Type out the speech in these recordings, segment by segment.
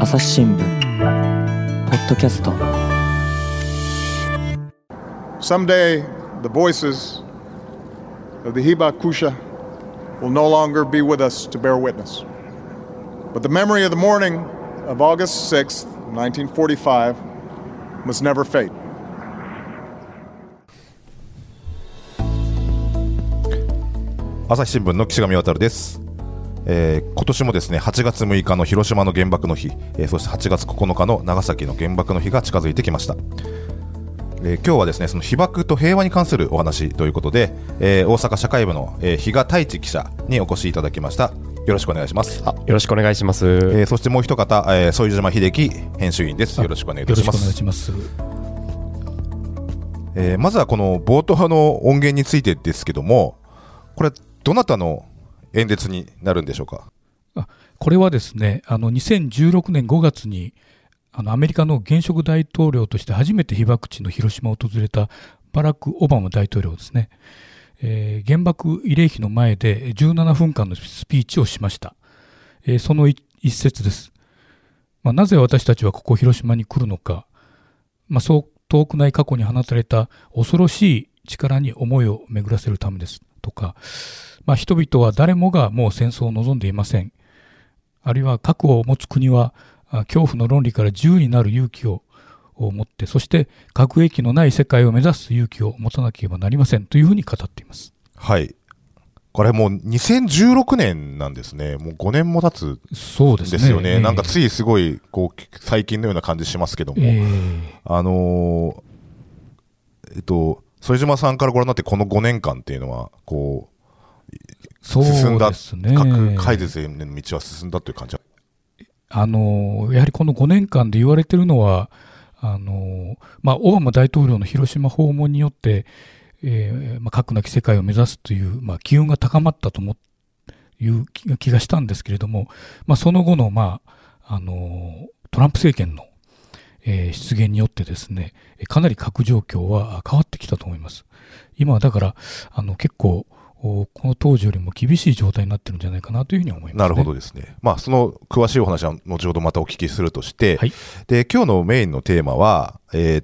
朝日新聞ポッドキャスト。 Someday the voices of the Hibakusha will no longer be with us to bear witness. But the memory of the morning of August 6th, 1945 must never fade. 朝日新聞の岸上渉です。今年もですね8月6日の広島の原爆の日、そして8月9日の長崎の原爆の日が近づいてきました。今日はですねその被爆と平和に関するお話ということで、大阪社会部の、比嘉太一記者にお越しいただきました。よろしくお願いします。 よろしくお願いします。 そしてもう一方、副島秀樹編集員です。よろしくお願いいたします。 よろしくお願いします。 まずはこの冒頭の音源についてですけども、これどなたの演説になるんでしょうか。 これはですね2016年5月にアメリカの現職大統領として初めて被爆地の広島を訪れたバラク・オバマ大統領ですね、原爆慰霊碑の前で17分間のスピーチをしました。その一節です。なぜ私たちはここ広島に来るのか、そう遠くない過去に放たれた恐ろしい力に思いを巡らせるためですとか、人々は誰もがもう戦争を望んでいません。あるいは核を持つ国は恐怖の論理から自由になる勇気を持って、そして核兵器のない世界を目指す勇気を持たなければなりませんというふうに語っています。 はい、これもう2016年なんですね。もう5年も経つんですよね。なんかついすごいこう最近のような感じしますけども、副島さんからご覧になってこの5年間っていうのはこう進んだ、核廃絶への道は進んだという感じ。 やはりこの5年間で言われているのはオバマ大統領の広島訪問によって、核なき世界を目指すという、機運が高まったという気がしたんですけれども、その後の、トランプ政権の、出現によってですねかなり核状況は変わってきたと思います。今はだから結構この当時よりも厳しい状態になっているんじゃないかなというふうに思いますね。 なるほどですね。その詳しいお話は後ほどまたお聞きするとして、はい、で今日のメインのテーマは、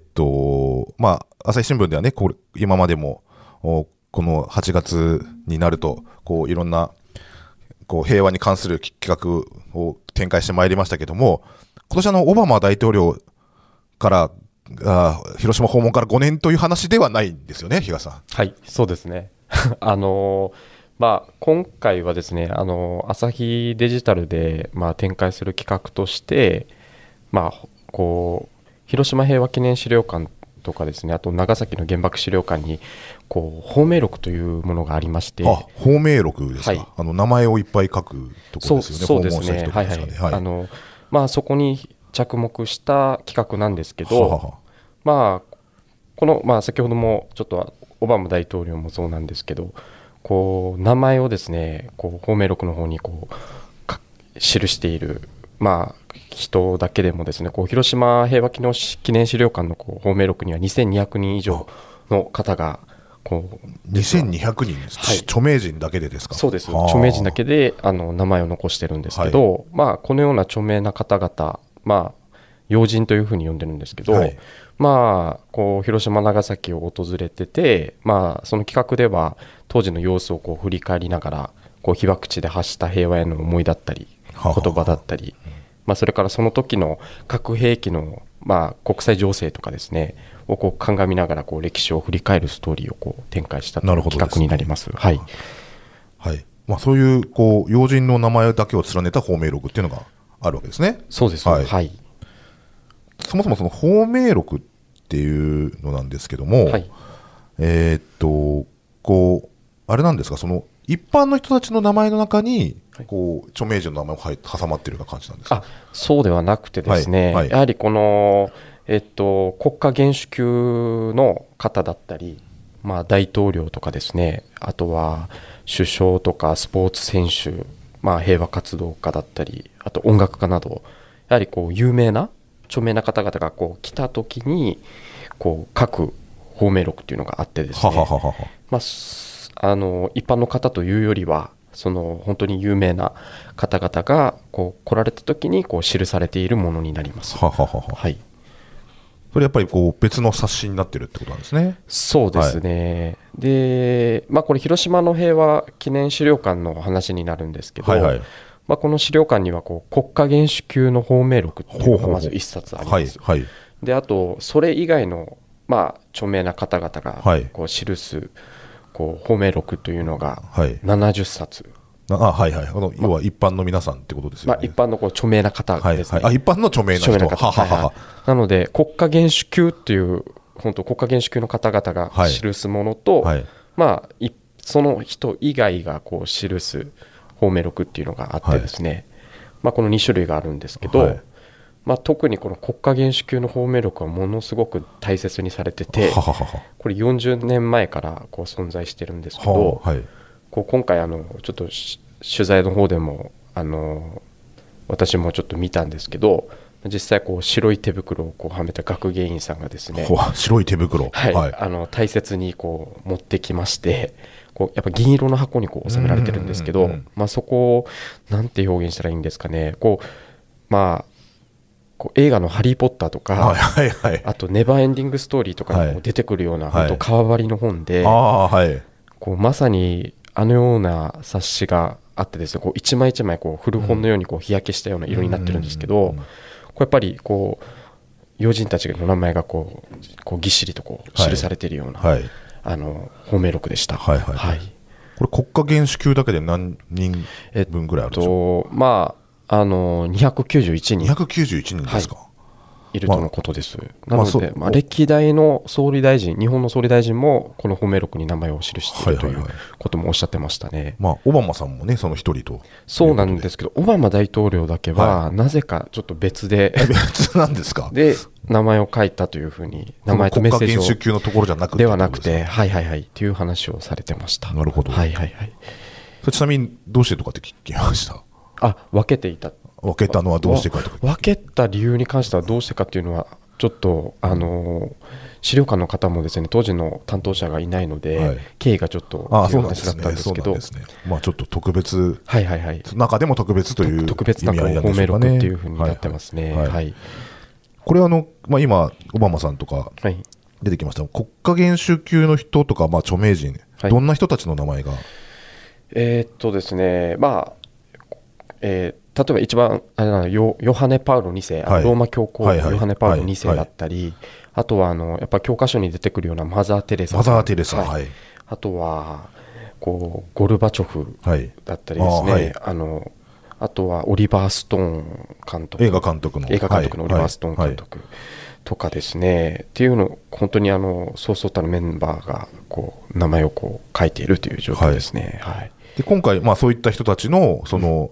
朝日新聞ではね今までもこの8月になるといろんな平和に関する企画を展開してまいりましたけども、今年オバマ大統領から広島訪問から5年という話ではないんですよね、比嘉さん。 はい、そうですね。今回はですね朝日デジタルで、展開する企画として、広島平和記念資料館とかですね、あと長崎の原爆資料館に芳名録というものがありまして。 芳名録ですか。はい、名前をいっぱい書くところですよね。 そうですね。そこに着目した企画なんですけど、この、先ほどもちょっとオバマ大統領もそうなんですけど、名前をですね芳名録の方に記している、人だけでもですね広島平和記念資料館の芳名録には2200人以上の方が 2200人ですか。はい、著名人だけでですか。 そうです。著名人だけで名前を残してるんですけど、このような著名な方々、要人というふうに呼んでるんですけど、広島長崎を訪れてて、その企画では当時の様子を振り返りながら被爆地で発した平和への思いだったり言葉だったり、それからその時の核兵器の、国際情勢とかですねを鑑みながら歴史を振り返るストーリーを展開したという企画になります。はい、 はい。そういう要人の名前だけを連ねた芳名録っていうのがあるわけですね。 そうです。はい。 そもそもその芳名録っていうのなんですけども、はい、あれなんですか、その一般の人たちの名前の中に著名人の名前が挟まっているような感じなんですか。 そうではなくてですね、やはりこの、国家元首級の方だったり、大統領とかですね、あとは首相とかスポーツ選手、平和活動家だったり、あと音楽家など、やはり有名な著名な方々が来た時に書く芳名録っていうのがあってですね、一般の方というよりはその本当に有名な方々がこう来られた時にこう記されているものになります。 はははは。 はい、 それやっぱりこう別の冊子になってるってことなんですね。 そうですね、で、これ広島の平和記念資料館の話になるんですけど、 はいはい、 この資料館にはこう国家元首級の芳名録っていうのがまず1冊あります。 はいはい、であとそれ以外の著名な方々がこう記すこう芳名録というのが70冊、 はいはい、要は一般の皆さんってことですよね。 一般のこう著名な方ですね。 はいはい、一般の著名な人。 なので国家元首級っていう本当国家元首級の方々が記すものと、その人以外がこう記す芳名録っていうのがあってですね、この2種類があるんですけど、特にこの国家元首級の芳名録はものすごく大切にされてて、これ40年前からこう存在してるんですけど、こう今回ちょっと取材の方でも私もちょっと見たんですけど、実際こう白い手袋をこうはめた学芸員さんがですね、 白い手袋、 大切にこう持ってきまして、こうやっぱ銀色の箱にこう収められてるんですけど、そこをなんて表現したらいいんですかね、こう映画のハリーポッターとか、あとネバーエンディングストーリーとかにも出てくるような本当革張りの本で、こうまさにあのような冊子があってですね、こう一枚一枚こう古本のようにこう日焼けしたような色になってるんですけど、こうやっぱりこう要人たちの名前がこうぎっしりとこう記されているような、芳名録でした。これ国家元首級だけで何人分ぐらいあるでしょう。 291人。 291人ですか。 いるとのことです。なので、歴代の総理大臣、日本の総理大臣もこの芳名録に名前を記しているということもおっしゃってましたね。 オバマさんもね、その一人と。 そうなんですけど、オバマ大統領だけはなぜかちょっと別で、 別なんですか。 で名前を書いたというふうに、名前とメッセージを国家元首級のところじゃなくてではなくて、っていう話をされてました。 なるほど。ちなみにどうしてとかって聞きました。 分けていた。 分けたのはどうしてかとか。 分けた理由に関してはどうしてかっていうのはちょっと資料館の方もですね、当時の担当者がいないので、経緯がちょっという話だったんですけど、 ちょっと特別、 中でも特別という特別な芳名録っていうふうになってますね。 これ今オバマさんとか出てきました、国家元首級の人とか著名人、どんな人たちの名前が。 ですね、例えば一番ヨハネ・パウロ2世、ローマ教皇ヨハネ・パウロ2世だったり、あとはやっぱ教科書に出てくるようなマザー・テレサ、あとはこうゴルバチョフだったりですね、あとはオリバー・ストーン監督、 映画監督のオリバー・ストーン監督とかですね、っていうの本当にそうそうたるメンバーがこう名前をこう書いているという状況ですね。 で今回そういった人たちのその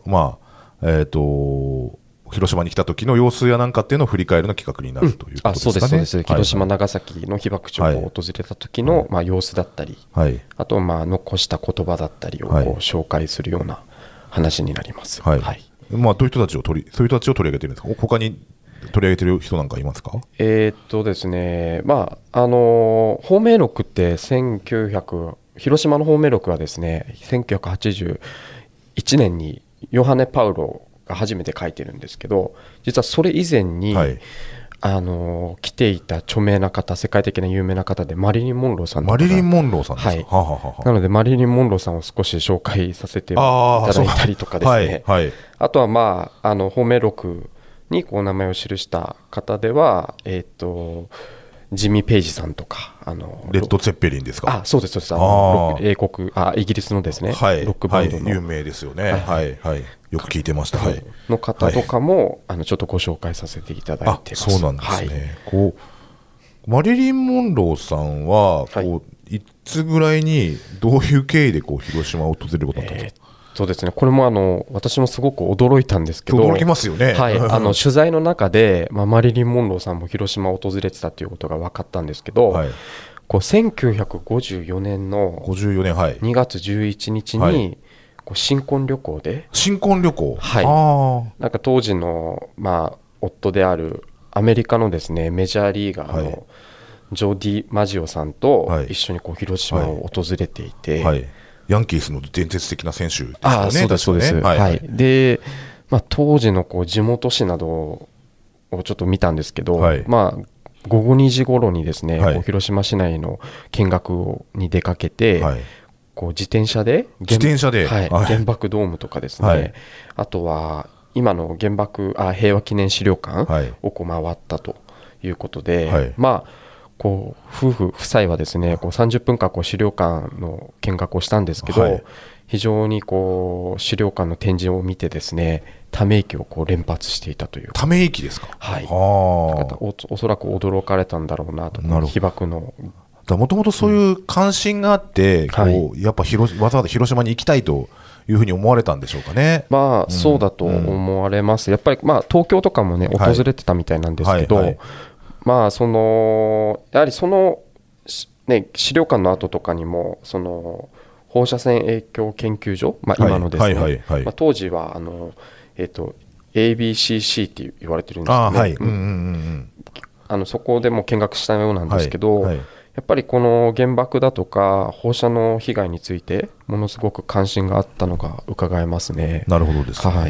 広島に来た時の様子やなんかっていうのを振り返るの企画になるということですかね。 そうです。広島、長崎の被爆地を訪れた時の様子だったり、あと残した言葉だったりをこう紹介するような話になります。どういう人たちを取り上げてるんですか。他に取り上げてる人なんかいますか。 ですね、芳名録って広島の芳名録はですね、1981年にヨハネ・パウロが初めて書いてるんですけど、実はそれ以前に、来ていた著名な方、世界的な有名な方でマリリン・モンローさんとか。マリリン・モンローさんですか。なのでマリリン・モンローさんを少し紹介させていただいたりとかですね、あとは芳名録にこう名前を記した方では、ジミー・ペイジさんとかレッド・ツェッペリンですか。 そうですイギリスのですね、ロックバンドの、 有名ですよね。よく聞いてました。 の方とかもちょっとご紹介させていただいてます。 そうなんですね。マリリン・モンローさんはいつぐらいにどういう経緯で広島を訪れることになったんですか。 そうですね、これも私もすごく驚いたんですけど、 驚きますよね。 取材の中で、マリリン・モンローさんも広島を訪れてたということが分かったんですけど、1954年の2月11日に新婚旅行で、なんか当時の夫であるアメリカのですねメジャーリーガーのジョーディ・マジオさんと一緒に広島を訪れていて、 ヤンキースの伝説的な選手ですよね。 ああ、そうですそうです、 はい、 はい、で、当時のこう地元紙などをちょっと見たんですけど、 はい、 午後2時頃にですね、 はい、 こう広島市内の見学に出かけて、はい、こう自転車で原爆ドームとかですね、はい、あとは今の平和記念資料館をこう回ったということで、はい、こう夫妻はですねこう30分間こう資料館の見学をしたんですけど、はい、非常にこう資料館の展示を見てですねため息をこう連発していたという。 ため息ですか。 はい、おそらく驚かれたんだろうなと。被爆のもともとそういう関心があって、こうやっぱわざわざ広島に行きたいというふうに思われたんでしょうかね。 そうだと思われます。やっぱり東京とかもね訪れてたみたいなんですけど、やはりその、ね、資料館の後とかにもその放射線影響研究所、今のですね、当時はABCC って言われてるんですね。そこでも見学したようなんですけど、やっぱりこの原爆だとか放射の被害についてものすごく関心があったのが伺えますね。 なるほどですね。はい、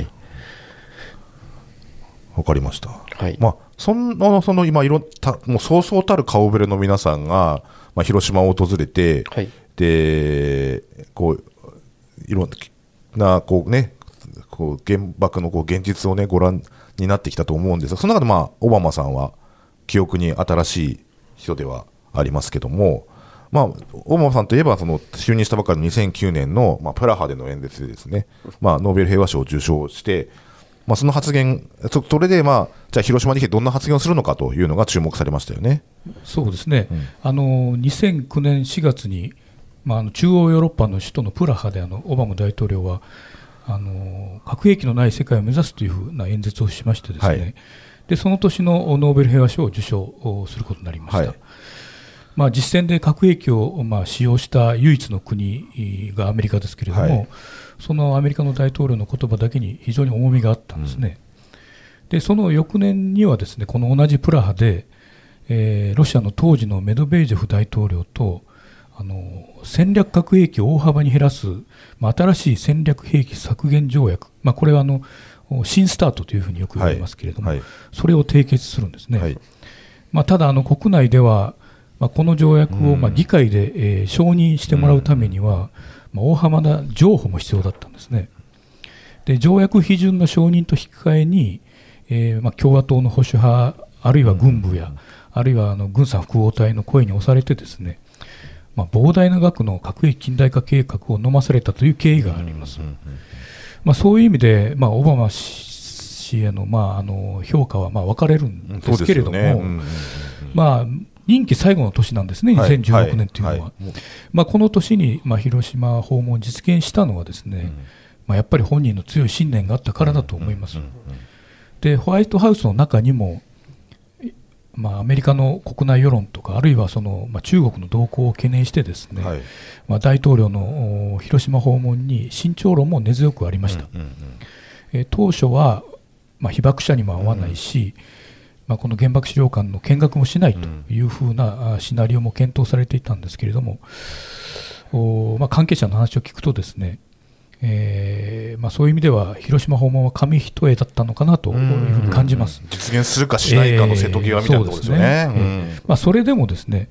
わかりました。はい、その今もうそうそうたる顔ぶれの皆さんが、広島を訪れて、はい、でこういろんなこうねこう原爆のこう現実をねご覧になってきたと思うんですが、その中でオバマさんは記憶に新しい人ではありますけども、オバマさんといえばその就任したばかりの2009年の、プラハでの演説でですね、ノーベル平和賞を受賞して、その発言それでじゃあ広島に来てどんな発言をするのかというのが注目されましたよね。 そうですね、2009年4月に、中央ヨーロッパの首都のプラハでオバマ大統領は核兵器のない世界を目指すというふうな演説をしましてですね、はい、でその年のノーベル平和賞を受賞することになりました。はい、実戦で核兵器を使用した唯一の国がアメリカですけれども、はい、そのアメリカの大統領の言葉だけに非常に重みがあったんですね。でその翌年にはですねこの同じプラハで、ロシアの当時のメドベージェフ大統領と戦略核兵器を大幅に減らす、新しい戦略兵器削減条約、これは新スタートというふうによく言われますけれども、はいはい、それを締結するんですね。はい、ただ国内では、この条約を議会で、承認してもらうためには、大幅な譲歩も必要だったんですね。で条約批准の承認と引き換えに、共和党の保守派あるいは軍部や、あるいは軍産複合体の声に押されてですね、膨大な額の核兵器近代化計画を飲まされたという経緯があります。そういう意味で、オバマ氏への、評価は分かれるんですけれども、任期最後の年なんですね、2016年というのは。この年に、広島訪問を実現したのはですね、やっぱり本人の強い信念があったからだと思います。でホワイトハウスの中にもアメリカの国内世論とかあるいは中国の動向を懸念してですね、大統領の広島訪問に慎重論も根強くありました。当初は、被爆者にも会わないし、この原爆資料館の見学もしないというふうなシナリオも検討されていたんですけれども、関係者の話を聞くとですね、そういう意味では広島訪問は紙一重だったのかなというふうに感じます。 実現するかしないかの瀬戸際みたいなところですよね。 それでもですね、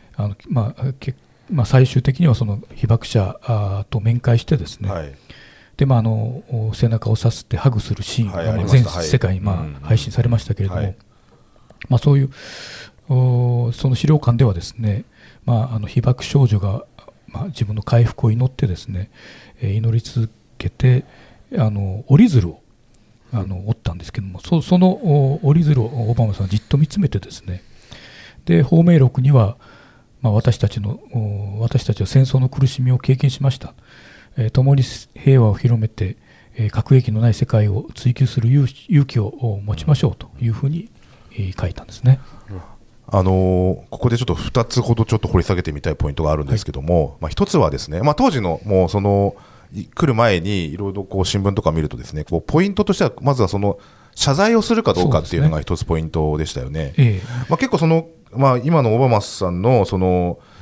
最終的にはその被爆者と面会してですね、で背中をさすってハグするシーンが全世界に配信されましたけれども、そういうその資料館ではですね、被爆少女が自分の回復を祈ってですね、祈り続けて折り鶴を折ったんですけども、その折り鶴をオバマさんはじっと見つめてですね、で芳名録には、私たちは戦争の苦しみを経験しました、共に平和を広めて、核兵器のない世界を追求する勇気を持ちましょうというふうに、書いたんですね。 ここでちょっと2つほどちょっと掘り下げてみたいポイントがあるんですけども、1つはですね、当時のもうその来る前にいろいろこう新聞とか見るとですね、こうポイントとしてはまずはその謝罪をするかどうかっていうのが一つポイントでしたよね。結構その、今のオバマさんのその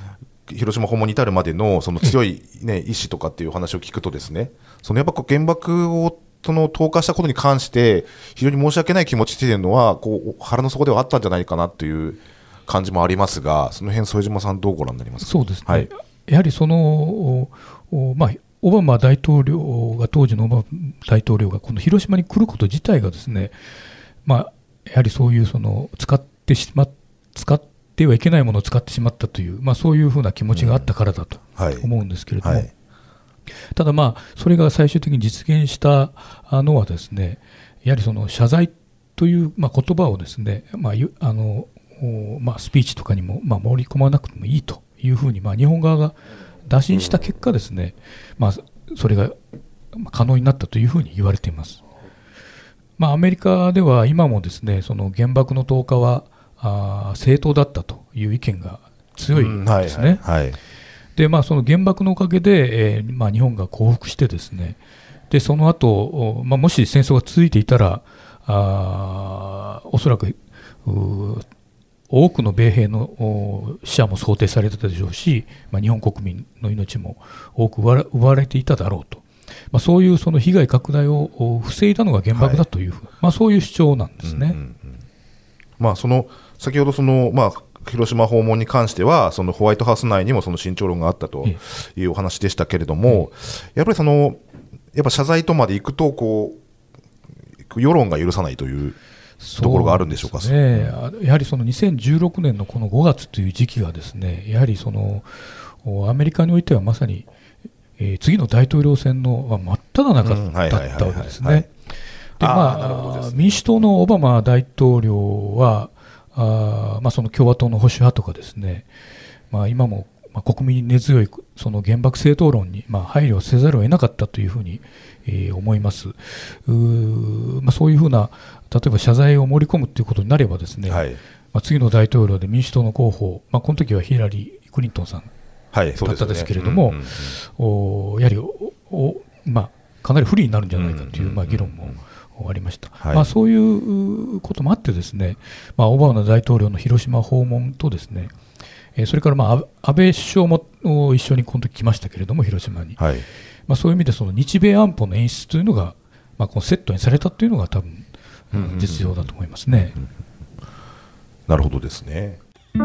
広島訪問に至るまでのその強い、ね、意志とかっていう話を聞くとですね、そのやっぱこう原爆をその投下したことに関して非常に申し訳ない気持ちっていうのはこう腹の底ではあったんじゃないかなという感じもありますが、その辺副島さんどうご覧になりますか。 そうですね、はい、やはりその、まあ、オバマ大統領が当時のオバマ大統領がこの広島に来ること自体がですね、まあ、やはりそういうその使ってはいけないものを使ってしまったという、まあ、そういうふうな気持ちがあったからだと思うんですけれども、はいはい、ただまあそれが最終的に実現したのはですね、やはりその謝罪というまあ言葉をですね、まあまあ、スピーチとかにもまあ盛り込まなくてもいいというふうにまあ日本側が打診した結果ですね、まあ、それが可能になったというふうに言われています。まあ、アメリカでは今もですね、その原爆の投下は正当だったという意見が強いんですね。でまあ、その原爆のおかげで、まあ、日本が降伏してですね、でその後、まあもし戦争が続いていたらおそらく多くの米兵の死者も想定されてたでしょうし、まあ、日本国民の命も多く奪われていただろうと、まあ、そういうその被害拡大を防いだのが原爆だという、はい、まあ、そういう主張なんですね。 まあ、その先ほどその、まあ、広島訪問に関してはそのホワイトハウス内にもその慎重論があったというお話でしたけれども、やっぱりやっぱ謝罪とまでいくとこう世論が許さないというところがあるんでしょうか。 そうですね、やはりその2016年のこの5月という時期がですね、やはりそのアメリカにおいてはまさに、次の大統領選の真っ只中だったわけですね。でまあ、民主党のオバマ大統領はまあ、その共和党の保守派とかですね、まあ、今も国民に根強いその原爆正当論にまあ配慮せざるを得なかったというふうに思います。まあ、そういうふうな例えば謝罪を盛り込むということになればですね、はい、まあ、次の大統領で民主党の候補、まあ、この時はヒラリー・クリントンさんだったですけれども、やはりまあ、かなり不利になるんじゃないかというまあ議論もありました。はい、まあ、そういうこともあってですね、まあ、オバマ大統領の広島訪問とですね、それからまあ安倍首相も一緒にこの時来ましたけれども広島に、はい、まあ、そういう意味でその日米安保の演出というのが、まあ、このセットにされたというのが多分実情だと思いますね。 なるほどですね。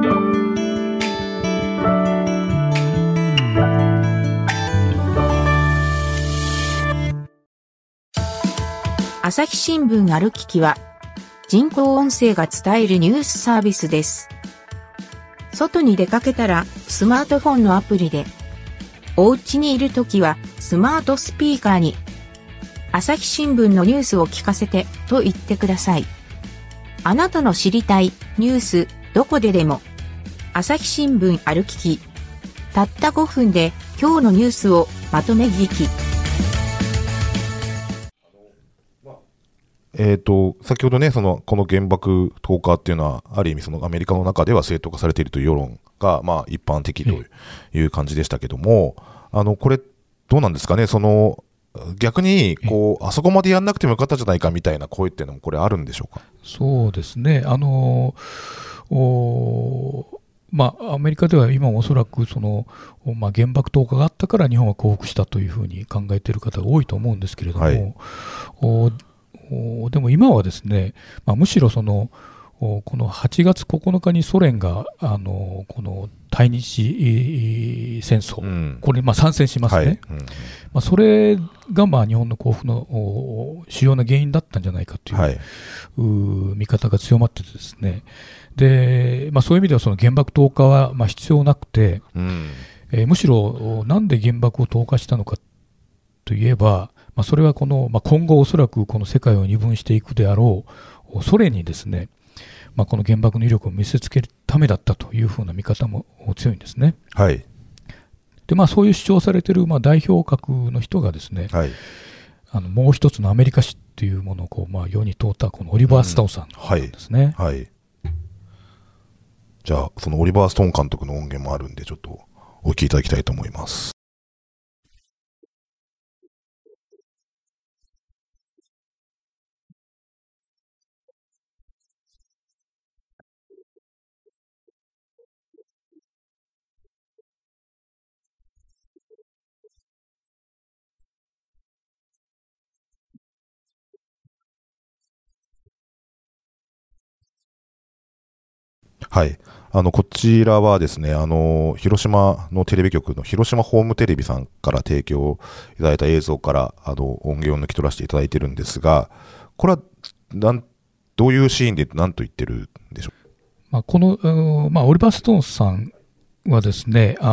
朝日新聞ある聞きは人工音声が伝えるニュースサービスです。外に出かけたらスマートフォンのアプリで、お家にいるときはスマートスピーカーに朝日新聞のニュースを聞かせてと言ってください。あなたの知りたいニュースどこででも朝日新聞ある聞き。たった5分で今日のニュースをまとめ聞き。 先ほどね、この原爆投下っていうのはある意味そのアメリカの中では正当化されているという世論がまあ一般的という感じでしたけども、これどうなんですかね、逆にあそこまでやんなくてもよかったじゃないかみたいな声っていうのもこれあるんでしょうか。 そうですね、まあ、アメリカでは今もおそらくまあ、原爆投下があったから日本は降伏したというふうに考えている方が多いと思うんですけれども、はい、でも今はですね、まあ、むしろこの8月9日にソ連がこの対日戦争、これにまあ参戦しますね、はい、まあ、それがまあ日本の降伏の主要な原因だったんじゃないかという、はい、見方が強まっててですね、で、まあ、そういう意味ではその原爆投下はまあ必要なくて、むしろなんで原爆を投下したのかといえば、まあ、それはまあ、今後おそらくこの世界を二分していくであろうソ連にですね、まあ、この原爆の威力を見せつけるためだったというふうな見方も強いんですね。はい、でまあ、そういう主張されているまあ代表格の人がですね、はい、もう一つのアメリカ史というものをまあ世に通ったこのオリバー・ストーンさんなんですね。 はい、じゃあそのオリバー・ストーン監督の音源もあるんでちょっとお聞きいただきたいと思います。 はい、こちらはですね、広島のテレビ局の広島ホームテレビさんから提供いただいた映像から音源を抜き取らせていただいてるんですが、これはどういうシーンで何と言ってるんでしょう。 この、オリバー・ストーンさんはですね、こ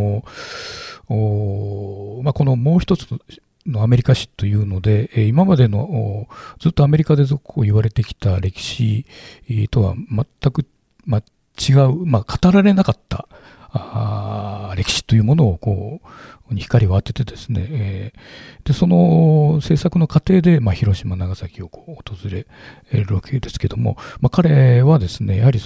のもう一つのアメリカ史というので、今までのずっとアメリカでこう言われてきた歴史とは全く、違う、語られなかった歴史というものをに光を当ててですね、でその制作の過程で、広島、長崎を訪れるわけですけども、彼はですね、やはり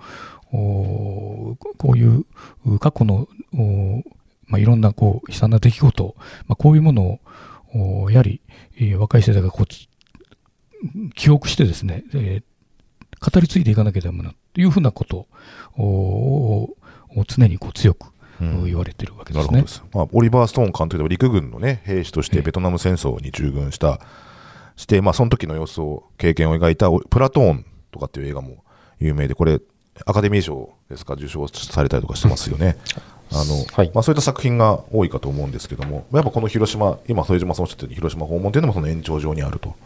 こういう過去のいろんな悲惨な出来事、こういうものをやはり若い世代が記憶してですね、語り継いでいかなければならないというふうなことを常に強く言われているわけですね。 オリバー・ストーン監督では陸軍の、兵士としてベトナム戦争に従軍して、その時の様子を経験を描いたプラトーンとかっていう映画も有名で、これアカデミー賞ですか受賞されたりとかしてますよね。そういった作品が多いかと思うんですけども、やっぱこの広島、今副島さんおっしゃってる広島訪問というのもその延長上にあると。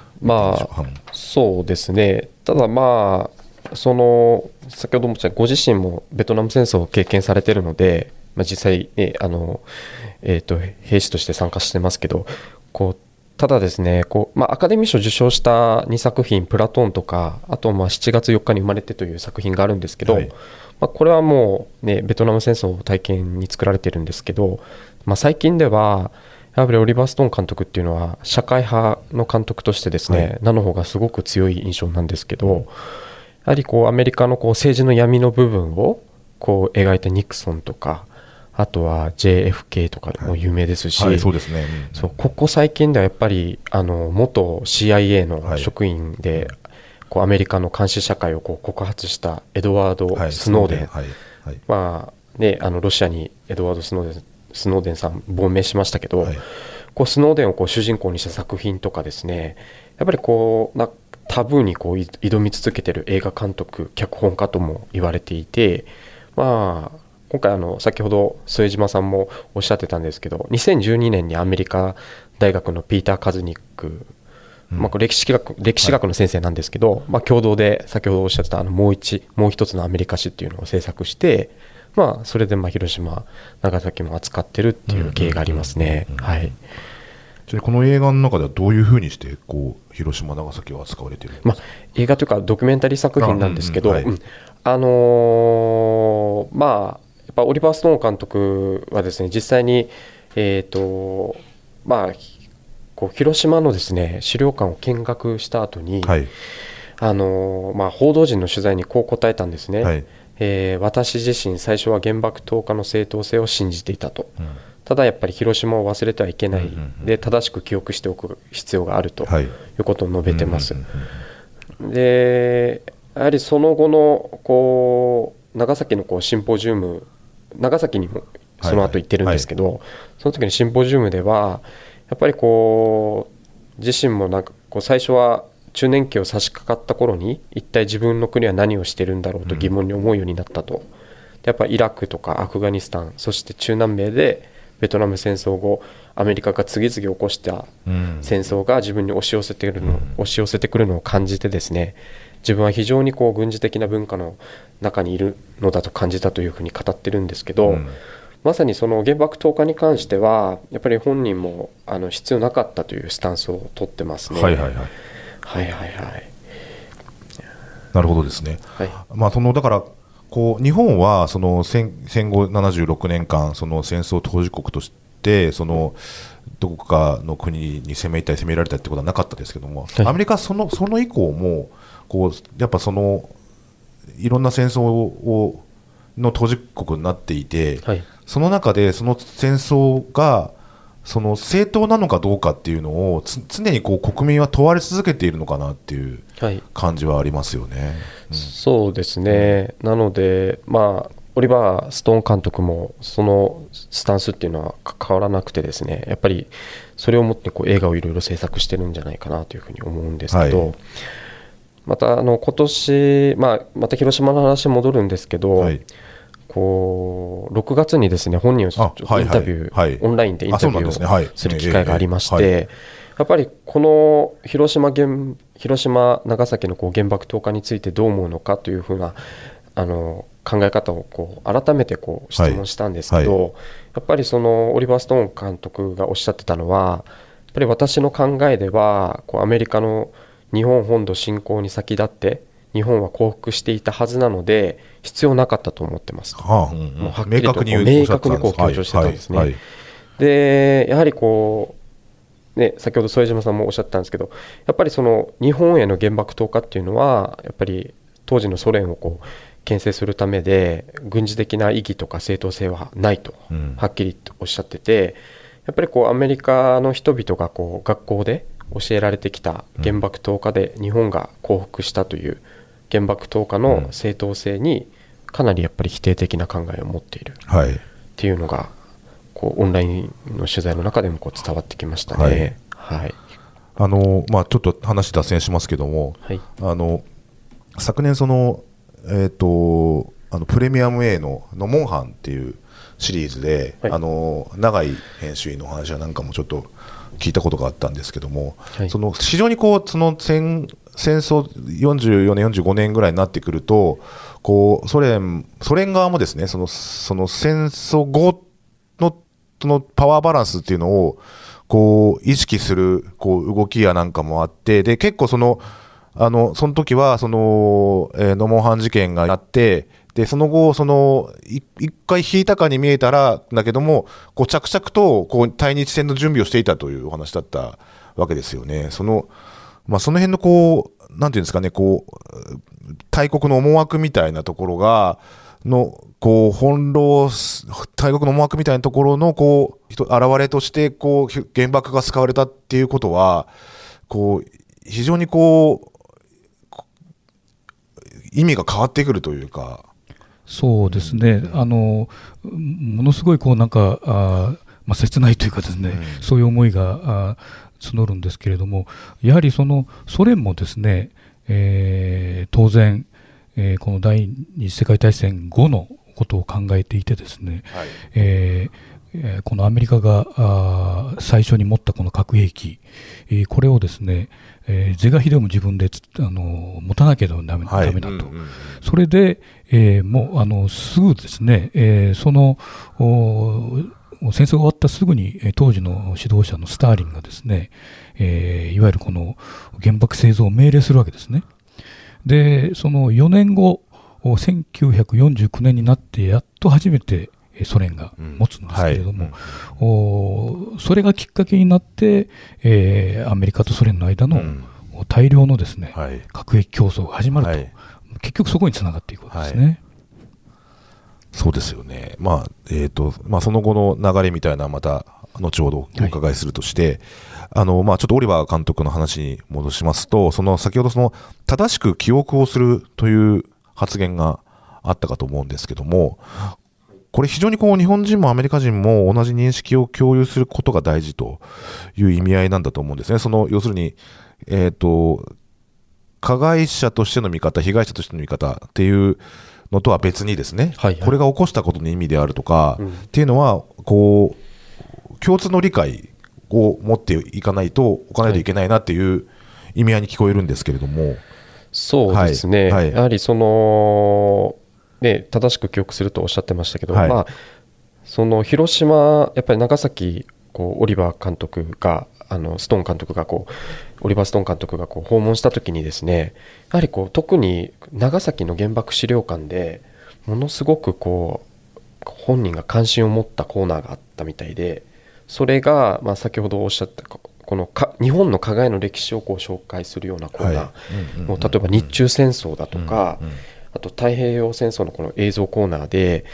そうですね。ただ先ほども言ったご自身もベトナム戦争を経験されているので、実際、兵士として参加してますけど、ただですね、アカデミー賞受賞した2作品、プラトーンとか、あと7月4日に生まれてという作品があるんですけど、これはもう、ベトナム戦争を体験に作られているんですけど、最近ではやっぱりオリバー・ストーン監督っていうのは社会派の監督としてですね、名の方がすごく強い印象なんですけど、やはりアメリカの政治の闇の部分を描いたニクソンとか、あとは JFK とかも有名ですし、ここ最近ではやっぱり元 CIA の職員で、アメリカの監視社会を告発したエドワード・スノーデン、ロシアにエドワード・スノーデンさん亡命しましたけど、スノーデンを主人公にした作品とかですね、やっぱりタブーに挑み続けている映画監督、脚本家とも言われていて、今回先ほど副島さんもおっしゃってたんですけど、2012年にアメリカ大学のピーター・カズニック、歴史学の先生なんですけど、共同で先ほどおっしゃってたもう一つのアメリカ史っていうのを制作して、それで広島、長崎も扱ってるっていう経緯がありますね。 この映画の中ではどういうふうにして広島、長崎は扱われているんですか。 映画というかドキュメンタリー作品なんですけど、やっぱオリバー・ストーン監督はですね、実際に、広島のですね資料館を見学した後に、報道陣の取材にこう答えたんですね。私自身最初は原爆投下の正当性を信じていたと、ただやっぱり広島を忘れてはいけない、で正しく記憶しておく必要があるということを述べてます。でやはりその後の長崎のシンポジウム、長崎にもその後行ってるんですけど、その時のシンポジウムではやっぱり自身も最初は中年期を差し掛かった頃に一体自分の国は何をしてるんだろうと疑問に思うようになったと。やっぱりイラクとかアフガニスタン、そして中南米でベトナム戦争後アメリカが次々起こした戦争が自分に押し寄せてくるのを感じてですね、自分は非常に軍事的な文化の中にいるのだと感じたというふうに語ってるんですけど、まさにその原爆投下に関してはやっぱり本人も必要なかったというスタンスを取ってますね。 なるほどですね。だから日本は戦後76年間戦争当事国としてどこかの国に攻め入ったり攻められたりってことはなかったですけども、アメリカはその以降もやっぱいろんな戦争の当事国になっていて、その中でその戦争が正当なのかどうかっていうのを常に国民は問われ続けているのかなっていう感じはありますよね。 そうですね。なのでオリバー・ストーン監督もそのスタンスっていうのは変わらなくてですね、やっぱりそれをもって映画をいろいろ制作してるんじゃないかなというふうに思うんですけど、 また今年、また広島の話に戻るんですけど、 はい、 こう6月にですね本人をインタビュー、オンラインでインタビューをする機会がありまして、やっぱりこの広島、長崎の原爆投下についてどう思うのかというふうな考え方を改めて質問したんですけど、やっぱりそのオリバー・ストーン監督がおっしゃってたのは、やっぱり私の考えではアメリカの日本本土侵攻に先立って日本は降伏していたはずなので必要なかったと思ってますと、もうはっきりと明確に強調してたんですね。でやはり先ほど副島さんもおっしゃったんですけど、やっぱりその日本への原爆投下っていうのはやっぱり当時のソ連を牽制するためで軍事的な意義とか正当性はないとはっきりとおっしゃってて、やっぱりアメリカの人々が学校で教えられてきた原爆投下で日本が降伏したという原爆投下の正当性にかなりやっぱり否定的な考えを持っているっていうのがオンラインの取材の中でも伝わってきましたね。はい、 ちょっと話脱線しますけども、はい、昨年プレミアム A のモンハンっていうシリーズで、はい、永井編集員の話はなんかもちょっと聞いたことがあったんですけども、はい、非常にその戦争44年45年ぐらいになってくるとソ連側もですねその戦争後のパワーバランスっていうのを意識する動きやなんかもあって、で結構その時はモンハン事件があって、でその後一回引いたかに見えたらだけども着々と対日戦の準備をしていたというお話だったわけですよね。その辺のなんていうんですかね、大国の思惑みたいなところが大国の思惑みたいなところの現れとして原爆が使われたっていうことは非常に意味が変わってくるというか。 そうですね、ものすごいなんか切ないというかですね、そういう思いが募るんですけれども、やはりソ連もですね、当然、この第二次世界大戦後のことを考えていてですね、はい、このアメリカが最初に持ったこの核兵器、これをですね、是が非でも自分で持たなければダメだと、それで、もうすぐですね、戦争が終わったすぐに当時の指導者のスターリンがですね、いわゆるこの原爆製造を命令するわけですね。でその4年後1949年になってやっと初めてソ連が持つんですけれども、それがきっかけになって、アメリカとソ連の間の大量のですね、核兵器競争が始まると、結局そこにつながっていくわけですね。 そうですよね。その後の流れみたいなまた後ほどお伺いするとして、ちょっとオリバー監督の話に戻しますと、先ほど正しく記憶をするという発言があったかと思うんですけども、これ非常に日本人もアメリカ人も同じ認識を共有することが大事という意味合いなんだと思うんですね。要するに、加害者としての見方、被害者としての見方っていうのとは別にですね、これが起こしたことの意味であるとか、っていうのは共通の理解を持っていかないとおかないといけないなっていう意味合いに聞こえるんですけれども。 そうですね、やはり正しく記憶するとおっしゃってましたけど、広島、やっぱり長崎オリバー監督がストーン監督がオリバー・ストーン監督が訪問した時にですね、やはり特に長崎の原爆資料館でものすごく本人が関心を持ったコーナーがあったみたいで、それが先ほどおっしゃった日本の加害の歴史を紹介するようなコーナー、例えば日中戦争だとか、あと太平洋戦争のこの映像コーナーで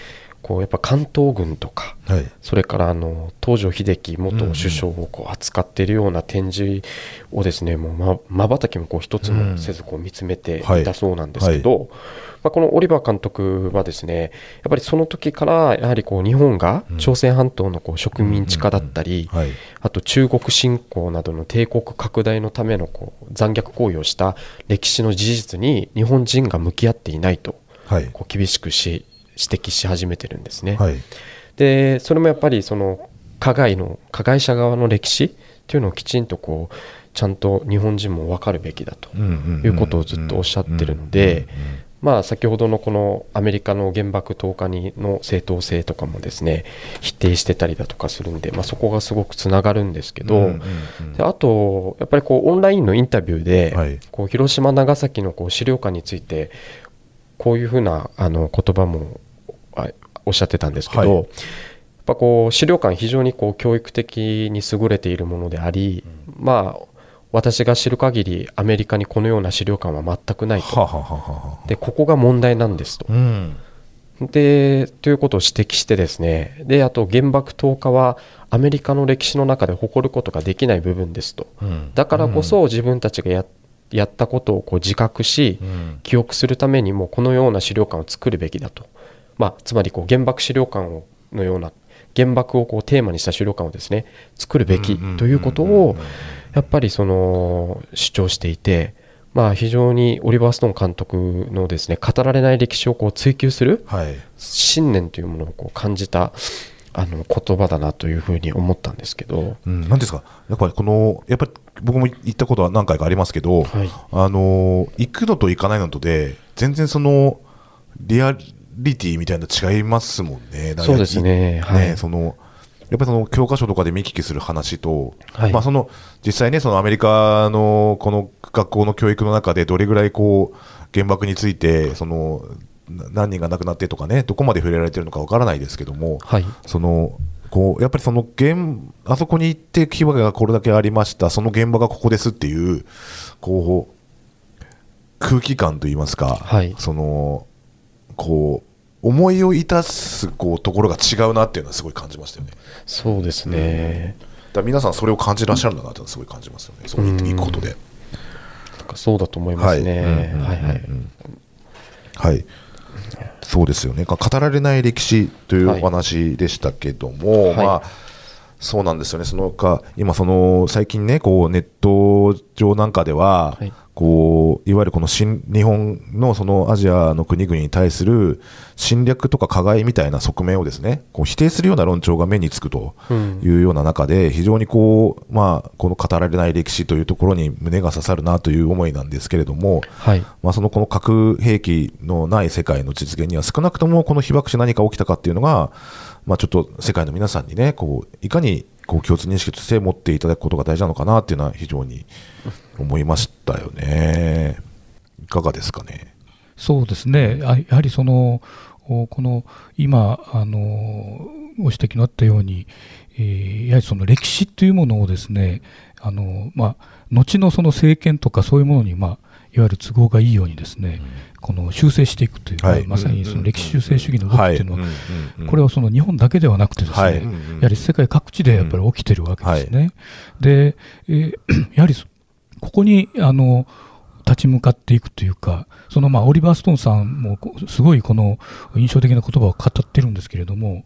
こうやっぱ関東軍とか、 はいそれから東條英機元首相をこう扱っているような展示をですね、もうまばたきもこう一つもせずこう見つめていたそうなんですけど、このオリバー監督はですね、やっぱりその時からやはりこう日本が朝鮮半島のこう植民地化だったり、 はいあと中国侵攻などの帝国拡大のためのこう残虐行為をした歴史の事実に日本人が向き合っていないとはいこう厳しく指摘し始めてるんですね。 はいでそれもやっぱりその加害者側の歴史っていうのをきちんとこうちゃんと日本人も分かるべきだということをずっとおっしゃってるので、先ほどのこのアメリカの原爆投下の正当性とかもですね否定してたりだとかするんで、そこがすごくつながるんですけど、であとやっぱりこうオンラインのインタビューで、 はいこう広島長崎のこう資料館についてこういうふうな言葉もおっしゃってたんですけど、やっぱこう資料館非常にこう教育的に優れているものであり、私が知る限りアメリカにこのような資料館は全くないと。でここが問題なんですと。でということを指摘してですね、であと原爆投下はアメリカの歴史の中で誇ることができない部分ですと。だからこそ自分たちがやったことをこう自覚し、記憶するためにもこのような資料館を作るべきだと。つまりこう原爆資料館のような原爆をこうテーマにした資料館をですね作るべきということをやっぱりその主張していて、非常にオリバー・ストーン監督のですね語られない歴史をこう追求する信念というものをこう感じた言葉だなというふうに思ったんですけど、 なんですか、やっぱり僕も行ったことは何回かありますけど、行くのと行かないのとで全然そのリアリティみたいな違いますもんね。 そうですね。はい。 やっぱりその教科書とかで見聞きする話と、 はい、 実際ねそのアメリカのこの学校の教育の中でどれぐらいこう原爆について何人が亡くなってとかねどこまで触れられてるのかわからないですけども、 はい、 やっぱりあそこに行って被害がこれだけありました、その現場がここですっていうこう空気感といいますか、 はい、 こう思いをいたすところが違うなっていうのはすごい感じましたよね。 そうですね。 だから皆さんそれを感じらっしゃるんだなっていうのはすごい感じますよね。そう行くことで。 そうだと思いますね。 はい。そうですよね。語られない歴史というお話でしたけども、そうなんですよね。今最近ねこうネット上なんかでは、いわゆるこの日本のそのアジアの国々に対する侵略とか加害みたいな側面をですね否定するような論調が目につくというような中で、非常にこの語られない歴史というところに胸が刺さるなという思いなんですけれども、この核兵器のない世界の実現には少なくともこの被爆地何か起きたかっていうのが、ちょっと世界の皆さんにねいかに共通認識として持っていただくことが大事なのかなっていうのは非常に思いましたよね。いかがですかね。 そうですね。やはりこの今ご指摘のあったように、やはりその歴史というものをですね後のその政権とかそういうものにいわゆる都合がいいようにですね、この修正していくというか、まさにその歴史修正主義の動きというのは、これはその日本だけではなくてですね、やはり世界各地でやっぱり起きているわけですね。で、やはりここに立ち向かっていくというか、オリバー・ストーンさんもすごいこの印象的な言葉を語ってるんですけれども、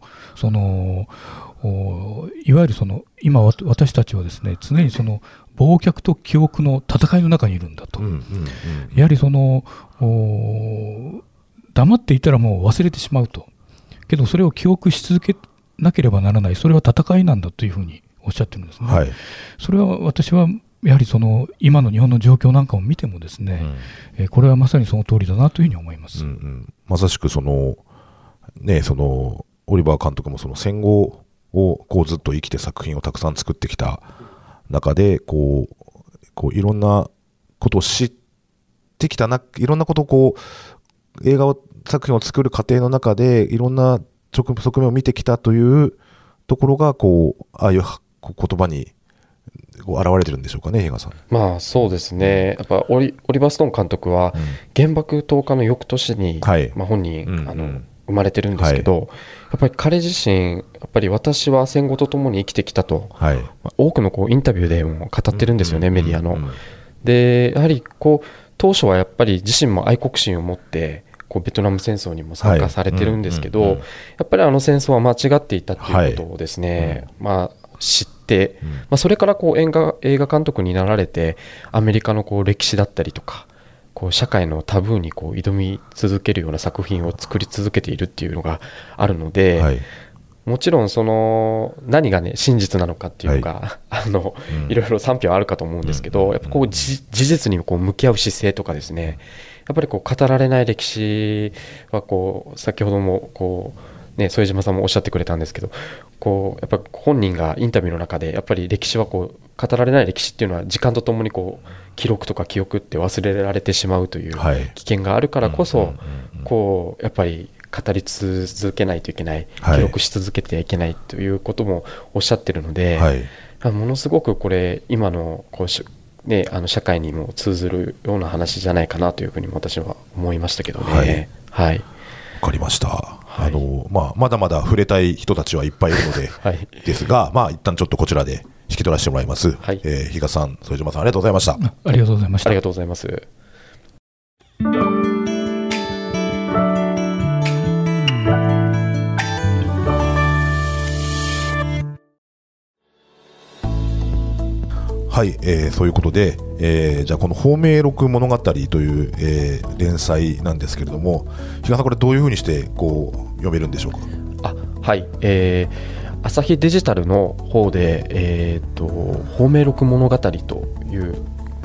いわゆる今私たちはですね常に忘却と記憶の戦いの中にいるんだと。やはり黙っていたらもう忘れてしまうと。けどそれを記憶し続けなければならない、それは戦いなんだというふうにおっしゃってるんですね。それは私はやはり今の日本の状況なんかを見てもですね、これはまさにその通りだなというふうに思います。 まさしくオリバー監督も戦後をずっと生きて作品をたくさん作ってきた中でいろんなことを知ってきたいろんなことを映画作品を作る過程の中でいろんな側面を見てきたというところがああいう言葉に現れてるんでしょうかね、比嘉さん。 そうですね。やっぱオリバー・ストーン監督は原爆投下の翌年に、本人生まれてるんですけど、やっぱり彼自身やっぱり私は戦後とともに生きてきたと、多くのインタビューでも語ってるんですよね、メディアの。でやはり当初はやっぱり自身も愛国心を持ってベトナム戦争にも参加されてるんですけど、やっぱりあの戦争は間違っていたということをですね、知って、それから映画監督になられてアメリカの歴史だったりとか社会のタブーに挑み続けるような作品を作り続けているっていうのがあるので、もちろん何がね真実なのかっていうのが、いろいろ賛否はあるかと思うんですけど、やっぱ事実に向き合う姿勢とかですね、やっぱり語られない歴史は先ほども副島さんもおっしゃってくれたんですけど、やっぱ本人がインタビューの中でやっぱり歴史は語られない歴史っていうのは時間とともに記録とか記憶って忘れられてしまうという危険があるからこそ、やっぱり語り続けないといけない、記録し続けてはいけないということもおっしゃってるので、ものすごくこれ今の社会にも通ずるような話じゃないかなというふうに私は思いましたけどね。わかりました。まだまだ触れたい人たちはいっぱいいるので、ですが、一旦ちょっとこちらで引き取らせてもらいます。比嘉さん、副島さん、ありがとうございました。 ありがとうございました。 ありがとうございます。 そういうことで、じゃあこの芳名録物語という、連載なんですけれども、比嘉さん、これどういうふうにして読めるんでしょうか。 朝日デジタルの方で、芳名録物語という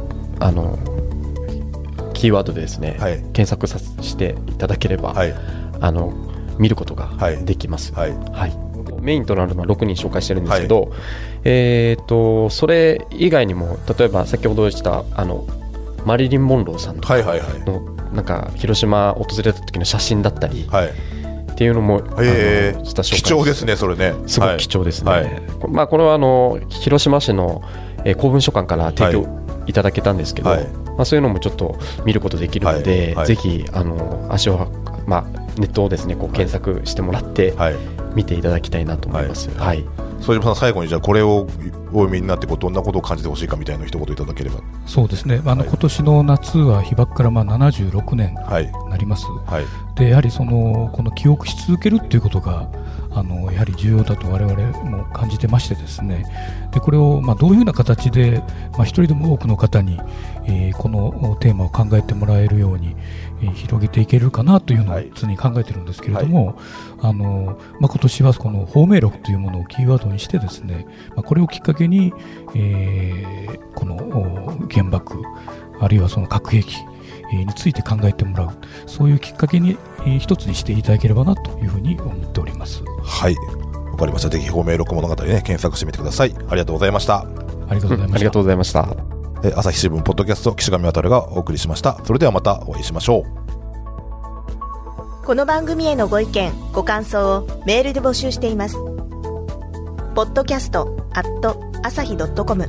キーワードでですね、検索させていただければ、見ることができます。メインとなるのは6人紹介してるんですけど、それ以外にも例えば先ほどしたマリリン・モンローさんとかのなんか広島訪れた時の写真だったりっていうのも貴重ですね。それねすごく貴重ですね。これは広島市の公文書館から提供いただけたんですけど、そういうのもちょっと見ることできるので、ぜひ足をネットをですね検索してもらって見ていただきたいなと思います。 副島さん、最後にじゃあこれをお読みになってどんなことを感じてほしいかみたいな一言いただければ。 そうですね、今年の夏は被爆から76年になります。でやはりこの記憶し続けるっていうことがやはり重要だと我々も感じてましてですね、でこれをどういうふうな形で一人でも多くの方にこのテーマを考えてもらえるように広げていけるかなというのを常に考えているんですけれども、今年はこの芳名録というものをキーワードにしてですね、これをきっかけに、この原爆あるいはその核兵器について考えてもらう、そういうきっかけに一つにしていただければなというふうに思っております。 わかりました。ぜひ芳名録物語検索してみてください。ありがとうございました。 ありがとうございました。 ありがとうございました。 朝日新聞ポッドキャスト、岸上渉がお送りしました。それではまたお会いしましょう。 この番組へのご意見ご感想をメールで募集しています。podcast@asahi.com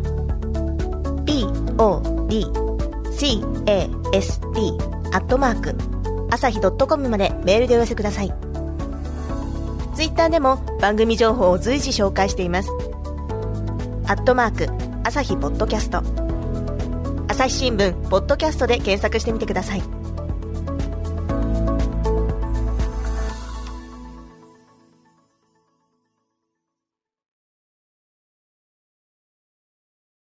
podcast@asahi.com までメールでお寄せください。ツイッターでも番組情報を随時紹介しています。@朝日ポッドキャスト、朝日新聞ポッドキャストで検索してみてください。